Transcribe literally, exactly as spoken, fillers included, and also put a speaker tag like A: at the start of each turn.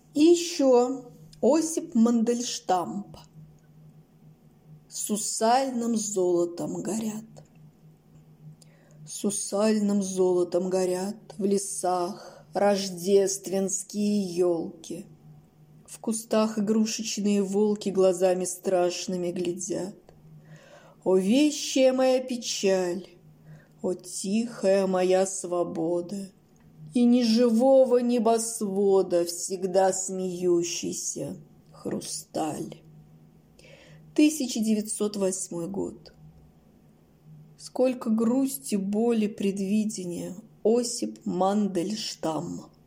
A: И еще Осип Мандельштамп. Сусальным золотом горят. Сусальным золотом горят в лесах рождественские елки. В кустах игрушечные волки глазами страшными глядят. О, вещая моя печаль, о, тихая моя свобода, и ни живого небосвода всегда смеющийся хрусталь. тысяча девятьсот восьмой год. Сколько грусти, боли, предвидения, Осип Мандельштам.